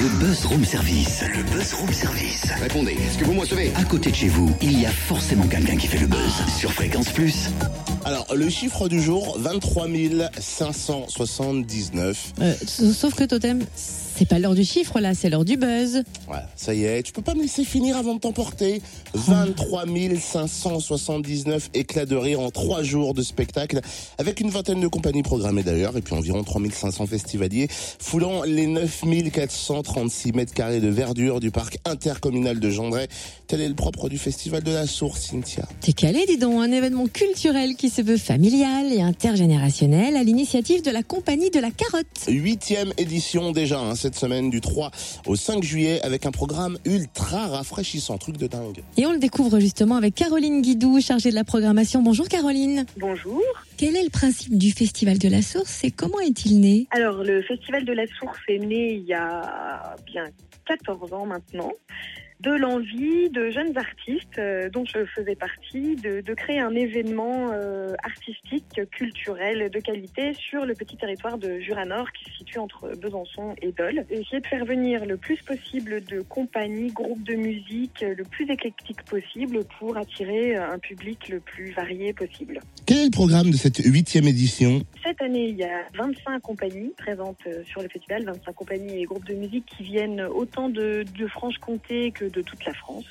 Le Buzz Room Service. Le Buzz Room Service. Répondez, est-ce que vous me recevez? À côté de chez vous, il y a forcément quelqu'un qui fait le buzz. Sur Fréquence Plus. Alors, le chiffre du jour, 23 579. Sauf que Totem, c'est pas l'heure du chiffre là, c'est l'heure du buzz. Ouais, ça y est, tu peux pas me laisser finir avant de t'emporter. 23 579 éclats de rire en 3 jours de spectacle, avec une vingtaine de compagnies programmées d'ailleurs, et puis environ 3500 festivaliers, foulant les 9436 mètres carrés de verdure du parc intercommunal de Gendray. Tel est le propre du Festival de la Source, Cynthia. T'es calé, dis donc, un événement culturel qui se veut familial et intergénérationnel à l'initiative de la Compagnie de la Carotte. 8e édition déjà, cette semaine du 3 au 5 juillet, avec un programme ultra rafraîchissant, truc de dingue. Et on le découvre justement avec Caroline Guidou, chargée de la programmation. Bonjour Caroline. Bonjour. Quel est le principe du Festival de la Source et comment est-il né? Alors, le Festival de la Source est né il y a bien 14 ans maintenant, de l'envie de jeunes artistes, dont je faisais partie, de créer un événement artistique, culturel, de qualité sur le petit territoire de Jura-Nord qui se situe entre Besançon et Dole. Essayer de faire venir le plus possible de compagnies, groupes de musique, le plus éclectique possible pour attirer un public le plus varié possible. Quel est le programme de cette 8e édition? Cette année, il y a 25 compagnies présentes sur le festival, 25 compagnies et groupes de musique qui viennent autant de Franche-Comté que de toute la France.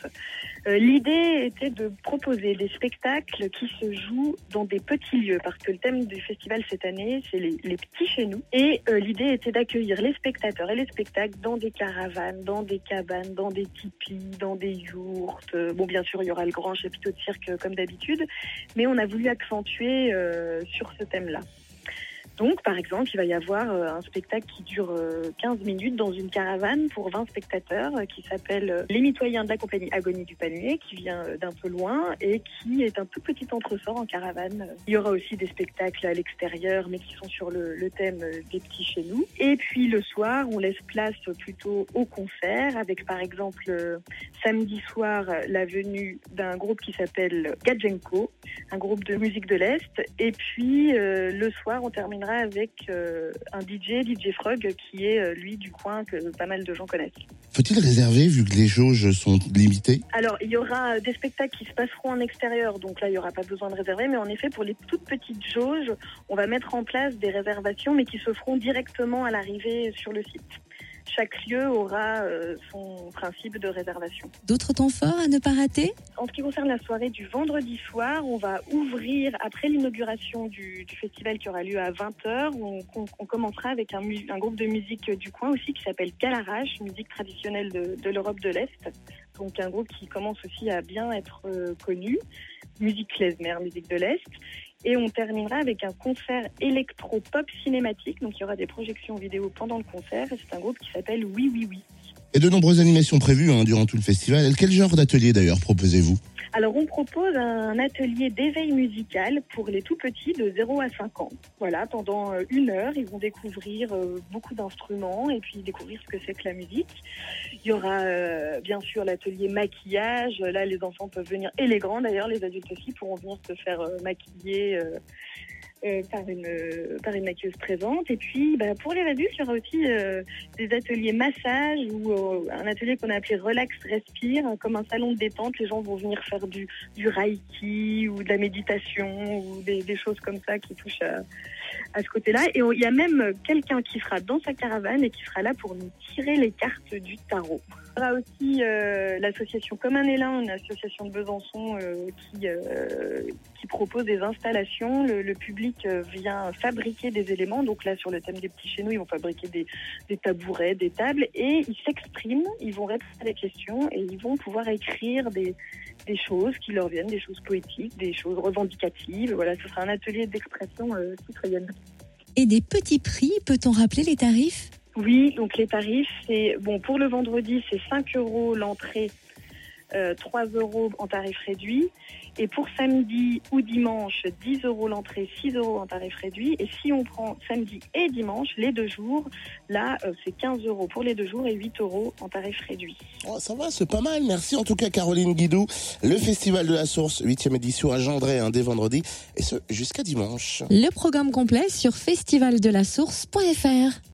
L'idée était de proposer des spectacles qui se jouent dans des petits lieux, parce que le thème du festival cette année, c'est les petits chez nous. Et l'idée était d'accueillir les spectateurs et les spectacles dans des caravanes, dans des cabanes, dans des tipis, dans des yourtes. Bon, bien sûr, il y aura le grand chapiteau de cirque comme d'habitude, mais on a voulu accentuer sur ce thème-là. Donc, par exemple, il va y avoir un spectacle qui dure 15 minutes dans une caravane pour 20 spectateurs qui s'appelle Les Mitoyens de la compagnie Agonie du Palmier, qui vient d'un peu loin et qui est un tout petit entresort en caravane. Il y aura aussi des spectacles à l'extérieur, mais qui sont sur le thème des petits chez nous. Et puis, le soir, on laisse place plutôt au concert avec, par exemple, samedi soir, la venue d'un groupe qui s'appelle Gadjenko, un groupe de musique de l'Est. Et puis, le soir, on terminera avec un DJ Frog, qui est lui du coin que pas mal de gens connaissent. Faut-il réserver vu que les jauges sont limitées? Alors, il y aura des spectacles qui se passeront en extérieur, donc là, il n'y aura pas besoin de réserver, mais en effet, pour les toutes petites jauges, on va mettre en place des réservations, mais qui se feront directement à l'arrivée sur le site. Chaque lieu aura son principe de réservation. D'autres temps forts à ne pas rater? En ce qui concerne la soirée du vendredi soir, on va ouvrir, après l'inauguration du festival qui aura lieu à 20h, on commencera avec un groupe de musique du coin aussi qui s'appelle Calarache, musique traditionnelle de l'Europe de l'Est. Donc un groupe qui commence aussi à bien être connu, musique klezmer, musique de l'Est. Et on terminera avec un concert électro-pop cinématique. Donc il y aura des projections vidéo pendant le concert. Et c'est un groupe qui s'appelle Oui Oui Oui. Et de nombreuses animations prévues durant tout le festival. Quel genre d'atelier d'ailleurs proposez-vous? Alors on propose un atelier d'éveil musical pour les tout petits de 0 à 5 ans. Voilà, pendant 1 heure, ils vont découvrir beaucoup d'instruments et puis découvrir ce que c'est que la musique. Il y aura bien sûr l'atelier maquillage. Là, les enfants peuvent venir, et les grands d'ailleurs, les adultes aussi pourront venir se faire maquiller par une maquilleuse présente. Et puis pour les adultes, il y aura aussi des ateliers massage ou un atelier qu'on a appelé Relax Respire, comme un salon de détente. Les gens vont venir faire du reiki ou de la méditation ou des choses comme ça qui touchent à ce côté-là. Et il y a même quelqu'un qui sera dans sa caravane et qui sera là pour nous tirer les cartes du tarot. Il y aura aussi l'association Comme un élan, une association de Besançon qui propose des installations. Le public vient fabriquer des éléments. Donc là, sur le thème des petits chez nous, ils vont fabriquer des tabourets, des tables, et ils s'expriment, ils vont répondre à des questions et ils vont pouvoir écrire des choses qui leur viennent, des choses poétiques, des choses revendicatives. Voilà, ce sera un atelier d'expression citoyenne. Et des petits prix, peut-on rappeler les tarifs? Oui, donc les tarifs, c'est pour le vendredi, c'est 5 € l'entrée, 3 € en tarif réduit. Et pour samedi ou dimanche, 10 € l'entrée, 6 € en tarif réduit. Et si on prend samedi et dimanche, les 2 jours, là, c'est 15 € pour les 2 jours et 8 € en tarif réduit. Oh, ça va, c'est pas mal. Merci en tout cas Caroline Guidou. Le Festival de la Source, 8e édition à Gendray, dès vendredi, et ce jusqu'à dimanche. Le programme complet sur festivaldelasource.fr.